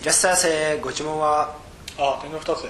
いらっしゃいませ。ご注文は？ 天の2つで。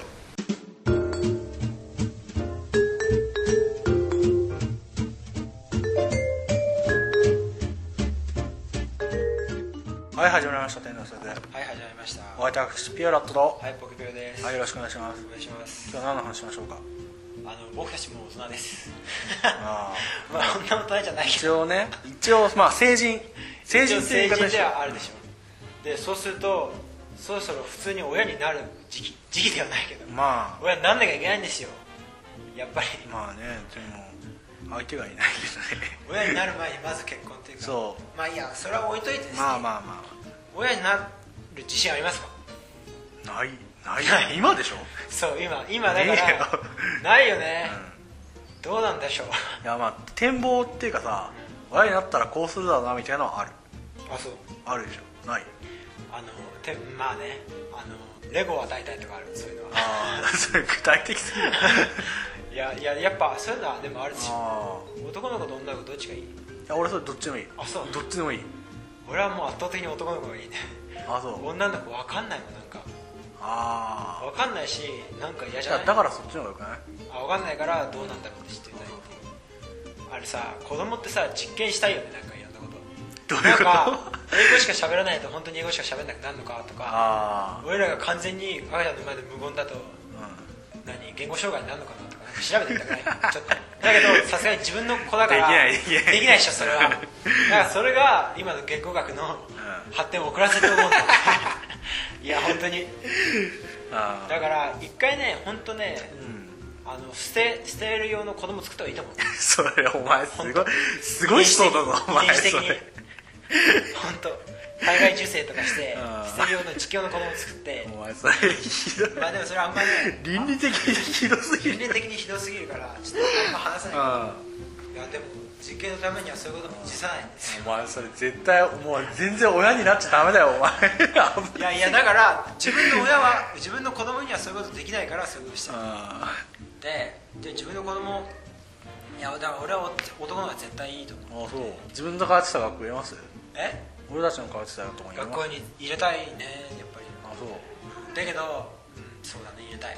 はい、始まりました。天の2つで。 はい、始まりました。 お相手はピオラットと。 はい、ポケピオです。 はい、よろしくお願いします。 お願いします。 今日は何の話しましょうか。 僕たちも大人です。 あまあ、こんな大人じゃないけ一ど。 応ね、まあ成人っていう言い方成人ででしょ。 はあるでしょ。で、そうすると、そろそろ普通に親になる時期ではないけど、 ま親になんなきゃいけないんですよ。やっぱり。 あね、でも相手がいないけどね。 親になる前にまず結婚っていうか。 そまあいいや、それは置いといてですね。 まあ親になる自信ありますか？ ない今でしょ。 そう、今だかねえよらないよね、どうなんでしょう。 いや、まあ展望っていうかさ、親になったらこうするだろうなみたいなのはある。 そうあるでしょ。ない。 まあね、レゴは大体とかある、そういうのは。 それ具体的すぎる。 いややっぱそういうのはでもあるでしょ。 あ男の子と女の子どっちがいい？ いや、俺それどっちでもいい。 そうどっちでもいい。 俺はもう圧倒的に男の子がいいね。 そう女の子分かんないもん、なんか分かんないし、なんか嫌じゃない？ だからそっちの方がよくない？ 分かんないからどうなんだろうって知ってみたいっていう。あれさ、子供ってさ、実験したいよね、なんかいろんなこと。 どういうこと？ なんか英語しか喋らないと本当に英語しか喋んなくなるのかとか、俺らが完全に赤ちゃんの前で無言だと、言語障害になるのかなとか、なんか調べてみたくない？ちょっとだけどさすがに自分の子だからできないでしょ、それは。だからそれが今の言語学の発展を遅らせてると思うんだよ。いや本当に。だから一回ね、本当ね、捨てる用の子供作った方がいいと思う。 それお前すごい人だぞ、お前。 遺伝子的に本当体外受精とかして捨てる用の実況の子供作って。 お前それひどい。 まあでもそれあんまね、 倫理的にひどすぎる。 倫理的にひどすぎるからちょっとあんま話せないけど、いやでも実験のためにはそういうことも辞さないんですよ。 お前それ絶対もう全然親になっちゃダメだよ、お前。 いやだから自分の親は自分の子供にはそういうことできないからそういうことしてる。で自分の子供、いやだから俺は男の方が絶対いいと思う。 そう。自分の通ってた学校入れます？俺たちの通ってたとこに学校に入れたいね、やっぱり。 そうだけど、そうだね、入れたい。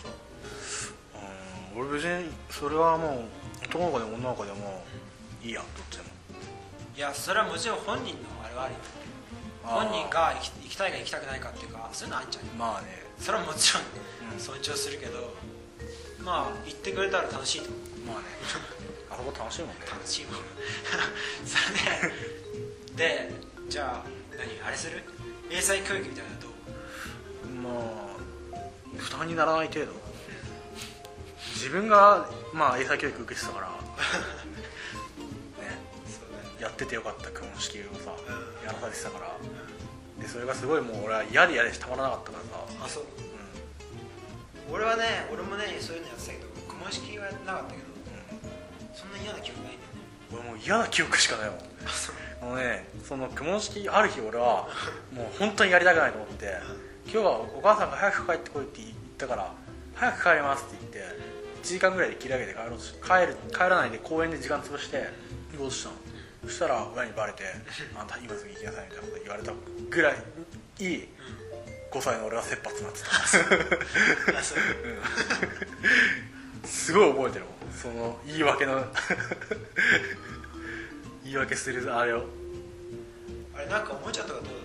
俺別にそれはもう男の子でも女の子でもいいや、どっちでも。 いや、それはもちろん本人のあれはあるよ。本人が行きたいか行きたくないかっていうか、そういうのあるんじゃん。 まあね、 それはもちろん尊重するけど、まあ行ってくれたら楽しいと思う。 まあね、あそこ楽しいもんね。 楽しいもん。それでじゃああれする？英才教育みたいなのどう？ まあ負担にならない程度。自分がまあ英才教育受けてたからね、やっててよかった公文式をさ、やらされてたから、でそれがすごいもう俺は嫌でたまらなかったからさ。そう。 俺もね、そういうのやってたけど、公文式はやってなかったけど、そんな嫌な記憶ないんだよね。 俺もう嫌な記憶しかないもん。その公文式ある日、俺はもう本当にやりたくないと思って、今日はお母さんが早く帰ってこいって言ったから早く帰りますって言って1時間ぐらいで切り上げて帰らないで公園で時間潰して行こうとしたの。そしたら親にバレてあんた今すぐ行きなさいみたいなこと言われたぐらいいい5歳の俺は切羽詰まってた。すごい覚えてるもん、その言い訳の言い訳するあれを。 あれ、なんかおもちゃとかどうだった？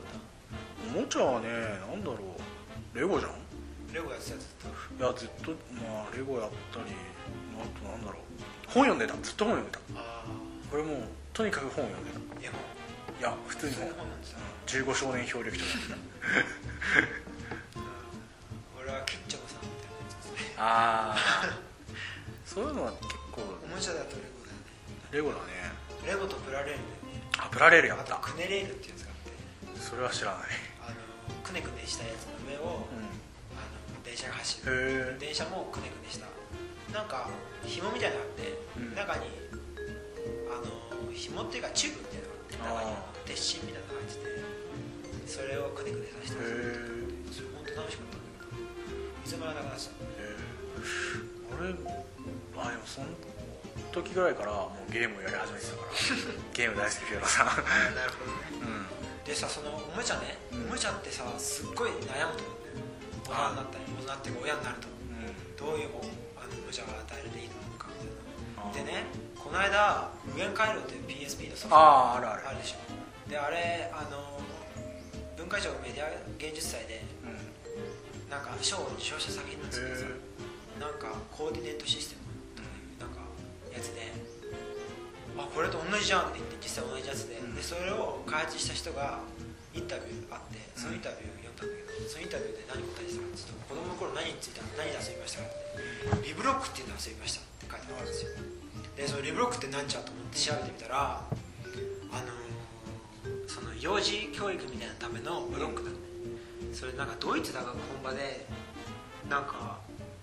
おもちゃはね、なんだろう、レゴじゃん。 レゴやってた？ずっと。 いや、ずっとまあレゴやったり、あとなんだろう、本読んでた。ずっと本読んでた。俺もうとにかく本読んでた。いや普通に本。15少年漂流記とか読んでた。 俺はケッチョコさんみたいなやつですね。 そういうのは結構。 おもちゃだとレゴだね。 レゴとプラレール。 プラレールやった。 あとクネレールっていうやつがあって、 それは知らない。 クネクネしたやつの上を、電車が走る。電車もクネクネしたなんか紐みたいなのがあって、中に紐っていうかチューブみたいなのがあって、中に鉄芯みたいなのが入ってて、それをクネクネさせてそれ本当楽しかったんだけど、いつもなくなってた。 俺でもその時ぐらいからもうゲームをやり始めてたから。ゲーム大好きピューロさん。 なるほどね。 でさ、そのおもちゃね、おもちゃってさすっごい悩むと思うんだよ。大人になったり、大人っていうか親になると、どういうおもちゃを与えるでいいのかみたいな。でね、この間無限回路っていう PSP のソフトあるでしょ。であれ文化庁メディア芸術祭で、なんか賞を受賞した作品なんですけどさ、なんかコーディネートシステムというなんかやつで、これと同じじゃんって言って実際同じやつで、でそれを開発した人がインタビューあって、そのインタビュー読んだんだけど、そのインタビューで何答えてたかって言うと、子供の頃何についた何で遊びましたかって、リブロックっていうのを遊びましたって書いてあるんですよ。でそのリブロックって何じゃと思って調べてみたら、その幼児教育みたいなためのブロックだね。それなんかドイツだか本場でなんか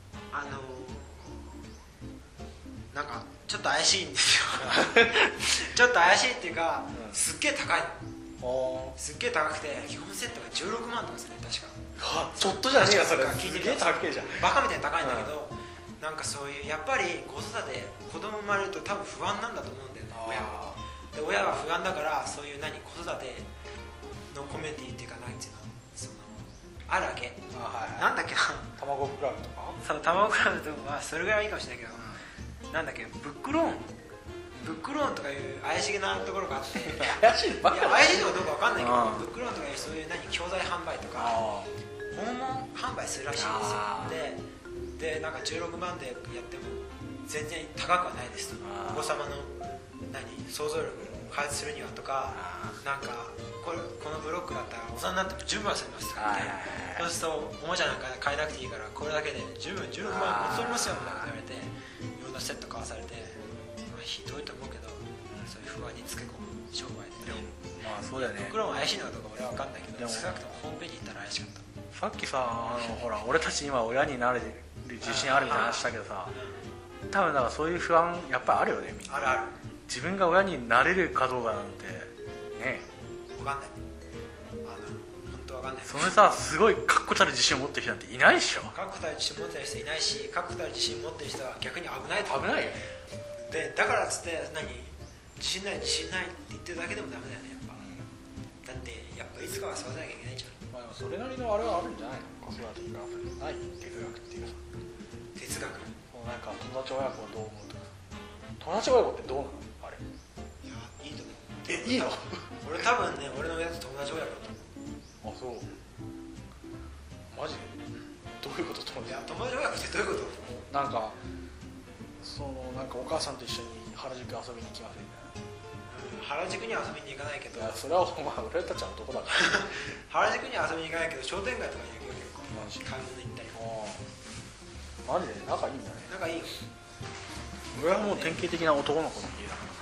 なんかちょっと怪しいんですよちょっと怪しいっていうか、すっげえ高いの。すっげえ高くて基本セットが16万とかですね、確か。 ちょっとじゃねえよそれ。 聞いてみたら高いじゃん。 バカみたいに高いんだけど、なんかそういうやっぱり子育て、子供生まれると多分不安なんだと思うんだよね、親は。で親は不安だから、そういう子育てのコミュニティっていうか、なんていうの、そのあるわけ。なんだっけな、 卵クラブとか。 その卵クラブとかそれぐらいはいいかもしれないけど、なんだっけ、ブックローンとかいう怪しげなところがあって怪しいばっかり。 怪しいのかどうかわかんないけど、ブックローンとかいうそういう教材販売とか訪問販売するらしいんですよ。でなんか16万でやっても全然高くはないですと、お子様の想像力を開発するにはとか、なんかこのブロックだったら大人になっても十分遊びますとか、そうするとおもちゃなんか買えなくていいから、これだけで十分16万持ち取りますよみたいなこと言われて、いろんなセット買わされて、ひどいと思うけど、そういう不安につけ込む商売で、 そうだよね。 僕らも怪しいのかどうか俺は分かんないけど、少なくともホームページ行ったら怪しかった。 さっきさ、ほら俺たち今親になれる自信あるみたいな話したけどさ、多分だからそういう不安やっぱりあるよね、みんな。 あるある。 自分が親になれるかどうかなんてね、 分かんない。本当分かんない。 それさ、すごい確固たる自信を持ってる人なんていないでしょ。 確固たる自信持ってる人いないし、確固たる自信持ってる人は逆に危ないと思う。 危ないよね。 でだからっつって自信ないって言ってるだけでもダメだよね、やっぱ。だってやっぱいつかは育てなきゃいけないじゃん。 でもそれなりのあれはあるんじゃないの、子育てに関するない哲学っていうか哲学。 なんか友達親子はどう思うとか。友達親子ってどうなのあれ。 いや、いいと思う。 いいの俺多分ね、俺の親と友達親子だと思う。 そう。マジでどういうこと友達。 いや、友達親子ってどういうこと？ なんかなんかお母さんと一緒に原宿遊びに行きますみたいな。原宿には遊びに行かないけど。 いや、それは俺たちは男だから原宿には遊びに行かないけど商店街とかに行くよ、結構。買い物行ったり。 マジで仲いいんだね。 仲いいよ。 俺はもう典型的な男の子の家だから。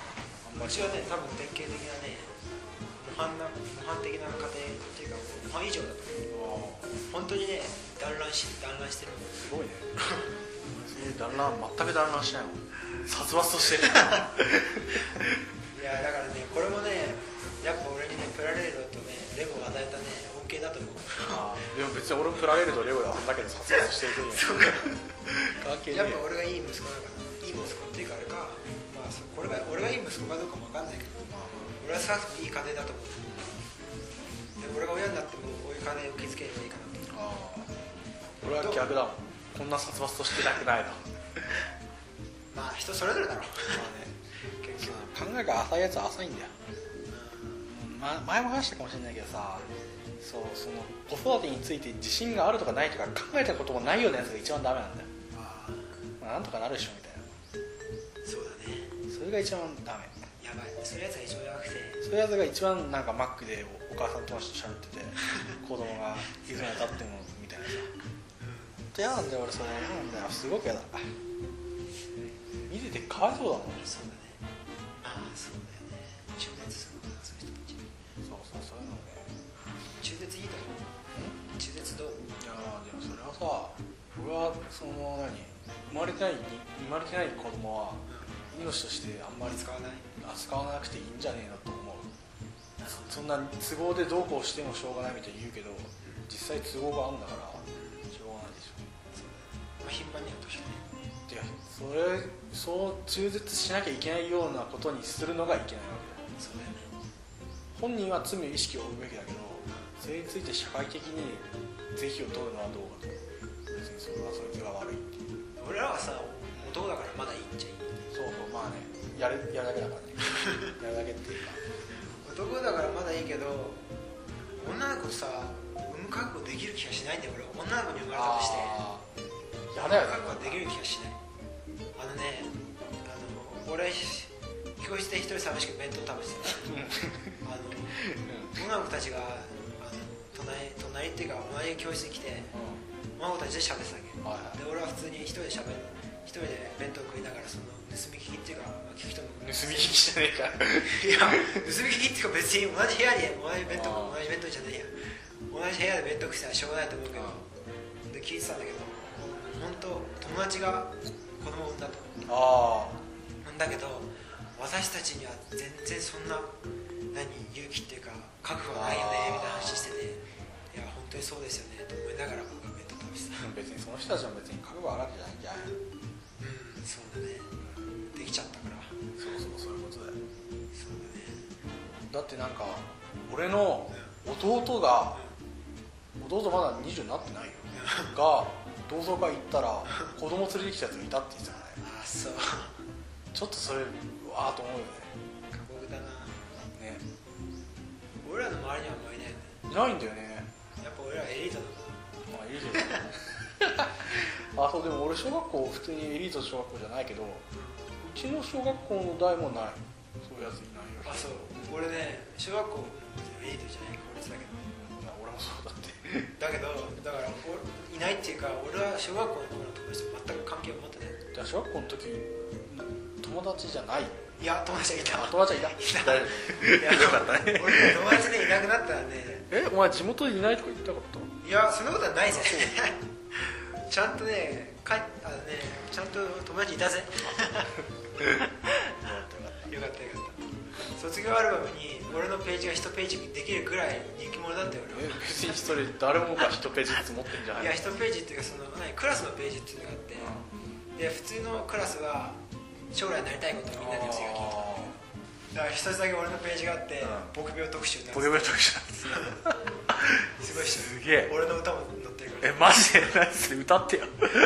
うちはね、多分典型的なね、模範的な家庭っていうか、模範以上だと思う。本当にね、団らんしてる。 すごいね全く団らんしないもん。殺伐としてるいや、だからね、これもね、やっぱ俺にね、プラレールとね、レゴを与えたね、恩恵だと思う。 でも別に俺もプラレールとレゴで遊んだけど殺伐としてるそうか関係ねえ。 やっぱ俺がいい息子だから、いい息子っていうかあれか、まあ、これが俺がいい息子かどうかも分かんないけど、俺は少なくともいい家庭だと思う。で俺が親になってもこういう家庭を築ければいいかなと。 俺は逆だもん。こんな殺伐としてなくないのまあ人それぞれだろう。 結局考えが浅いやつは浅いんだよ。前も話したかもしれないけどさ、その子育てについて自信があるとかないとか考えたこともないようなやつが一番ダメなんだよ。なんとかなるでしょみたいな。 そうだね。 それが一番ダメ。 やばい。そういうやつが一番やばくて。 そういうやつが一番なんかマックでお母さんと話と喋ってて子供がいつまでたってもみたいなさ。嫌なんだよ俺、それ嫌なんだよ。すごく嫌だ。見ててかわいそうだもん。 そうだね。そうだよね。中絶するのかな、そういう人たち。 そういうのね。 中絶いいと思う。中絶どう？ いやでもそれはさ、俺は生まれてない子供は命としてあんまり扱わなくていいんじゃねえなと思う。そんな都合でどうこうしてもしょうがないみたいに言うけど、実際都合があるんだからしょうがないでしょ。 頻繁にやってほしいね。 そう中絶しなきゃいけないようなことにするのがいけないわけだよ。 そうだよね。 本人は罪を意識を負うべきだけど、それについて社会的に是非を取るのはどうかと。別にそれはそいつが悪いっていう。 俺らはさ男だからまだいいっちゃいい。 そうそう、まあね、やるだけだからねやるだけっていうか男だからまだいいけど、女の子さ産む覚悟できる気がしないんだよ。俺女の子に生まれたとしてやだよね、 覚悟できる気がしない。俺教室で一人寂しく弁当食べてた女の子たちが隣っていうか同じ教室に来て、女の子たちで喋ってたわけ、で俺は普通に一人で弁当食いながら、その盗み聞きっていうか、聞く人も盗み聞きじゃねえかいや盗み聞きっていうか、別に同じ部屋で同じ弁当じゃないや、同じ部屋で弁当食ってたらしょうがないと思うけど、で聞いてたんだけど、本当友達が子供を産んだと。だけど私たちには全然そんな勇気っていうか覚悟はないよねみたいな話してて、いや本当にそうですよねと思いながら僕は弁当食べてた。 別にその人たちも別に覚悟あるわけじゃないんじゃないの。 そうだね、できちゃったから。 そういうことだよ。 そうだね。 だってなんか俺の弟が、弟まだ20になってないよが同窓会行ったら子供連れてきたやつがいたって言ってたからね。 そう、 ちょっとそれうわーと思うよね。 過酷だなね。 俺らの周りにはあんまりいないよね。 いないんだよね。 やっぱ俺らエリートだもん。 まあエリートだそうでも俺小学校普通にエリート小学校じゃないけど、うちの小学校の代もない、そういうやついないよ。 そう俺ね、小学校エリートじゃない公立だけど。 俺もそうだってだけどだからいないっていうか、俺は小学校の頃の友達と全く関係を持ってない。 じゃあ小学校の時友達じゃない。 いや友達がいた。 友達がいた。よかったね。 俺友達でいなくなったらね。 お前地元にいないとか言ったかった？ いやそんなことはないぜちゃんとねちゃんと友達いたぜよかった卒業アルバムに俺のページが1ページできるぐらい人気者だったよ俺は。 別にそれ誰もが1ページずつ持ってるんじゃない？ いや1ページっていうか、そのクラスのページっていうのがあって、で普通のクラスは将来なりたいことをみんなで寄せ書きにとって、だから一つだけ俺のページがあって、僕病特集なんです。 僕病特集なんですすごいっしょ。 すげえ。 俺の歌も載ってるから。 マジで何それ歌ってよ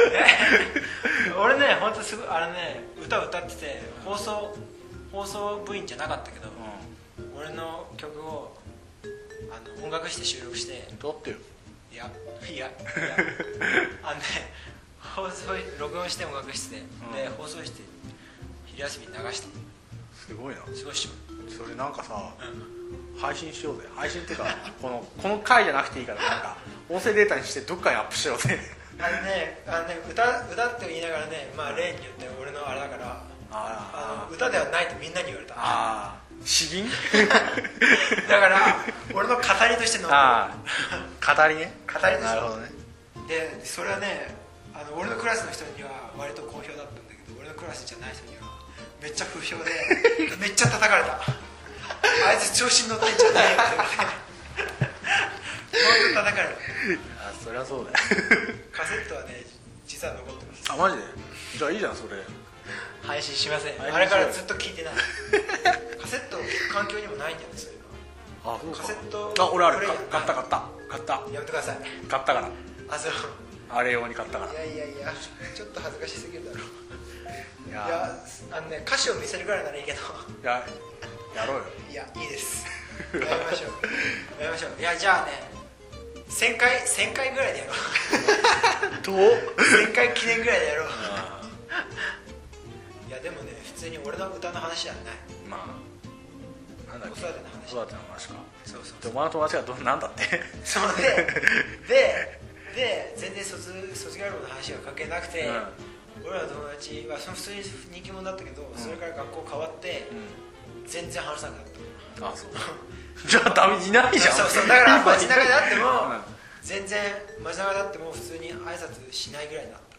俺ね本当すごい歌歌ってて、放送部員じゃなかったけど、俺の曲を音楽して収録して歌ってよ。 いや録音して音楽して、で放送して昼休みに流して。 すごいな。 すごいっしょ。それなんかさ、配信しようぜ。配信っていうかこの回じゃなくていいから、なんか音声データにしてどっかにアップしようぜ歌って言いながらね、まあ例によって俺のあれだから、歌ではないとみんなに言われた。 詩吟だから俺の語りとしての語りね。 語りとしてなるほどね。 でそれはね、俺のクラスの人には割と好評だったんだけど、俺のクラスじゃない人にはめっちゃ不評でめっちゃ叩かれたあいつ調子に乗ってんじゃないよって本当叩かれた。 そりゃそうだよカセットはね実は残ってます。 マジで？じゃあいいじゃんそれ。 配信しません。あれからずっと聞いてないカセットを聞く環境にもないんだよね、そういうの。カセット俺ある。買ったやめてください。 買ったから。 そうあれ用に買ったから。 いやちょっと恥ずかしすぎるだろいや歌詞を見せるぐらいならいいけどやろうよ。 いやいいですやめましょういやじゃあね1000回ぐらいでやろうどう 1000回記念ぐらいでやろういやでもね普通に俺の歌の話じゃない。 まあなんだっけ、 子育ての話。 子育ての話か。 そうお前の友達がなんだってそうで全然卒業アルバムの話は関係なくて、俺らの友達は普通に人気者だったけど、それから学校変わって、全然話さなくなった。 そうじゃあダメいないじゃん。 そうだから街中であっても全然街中であっても普通に挨拶しないぐらいになった。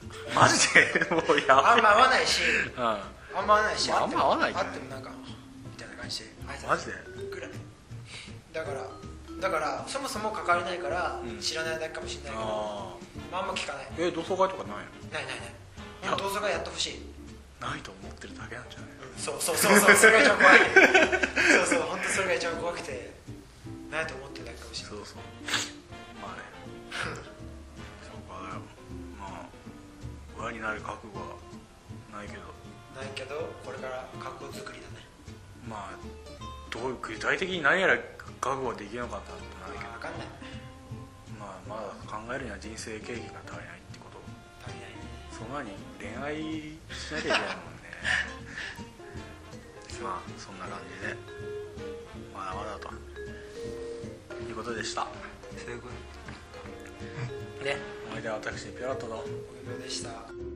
マジで？もうやばい。 あんま合わないし、 あんま合わない。 あってもなんかみたいな感じで挨拶マジでぐらい。だからそもそも関わりないから知らないだけかもしれないけど、あんま聞かない。 同窓会とかないの？ ない同窓会やってほしい。 ないと思ってるだけなんじゃない？ そうそれが一番怖いそう本当それが一番怖くて、 ないと思ってるだけかもしれない。 そうまあねそうかだよ。まあ親になる覚悟はないけどこれから覚悟作りだね。 まあどう具体的に何やら覚悟できるのかってなるけど、 分かんない。 まだ考えるには人生経験が足りないってこと。 足りないね。 そんなに恋愛しなきゃいけないもんねまあそんな感じでまだまだということでした。 そういうことね、お相手は私ピョロットのおめでとうでした。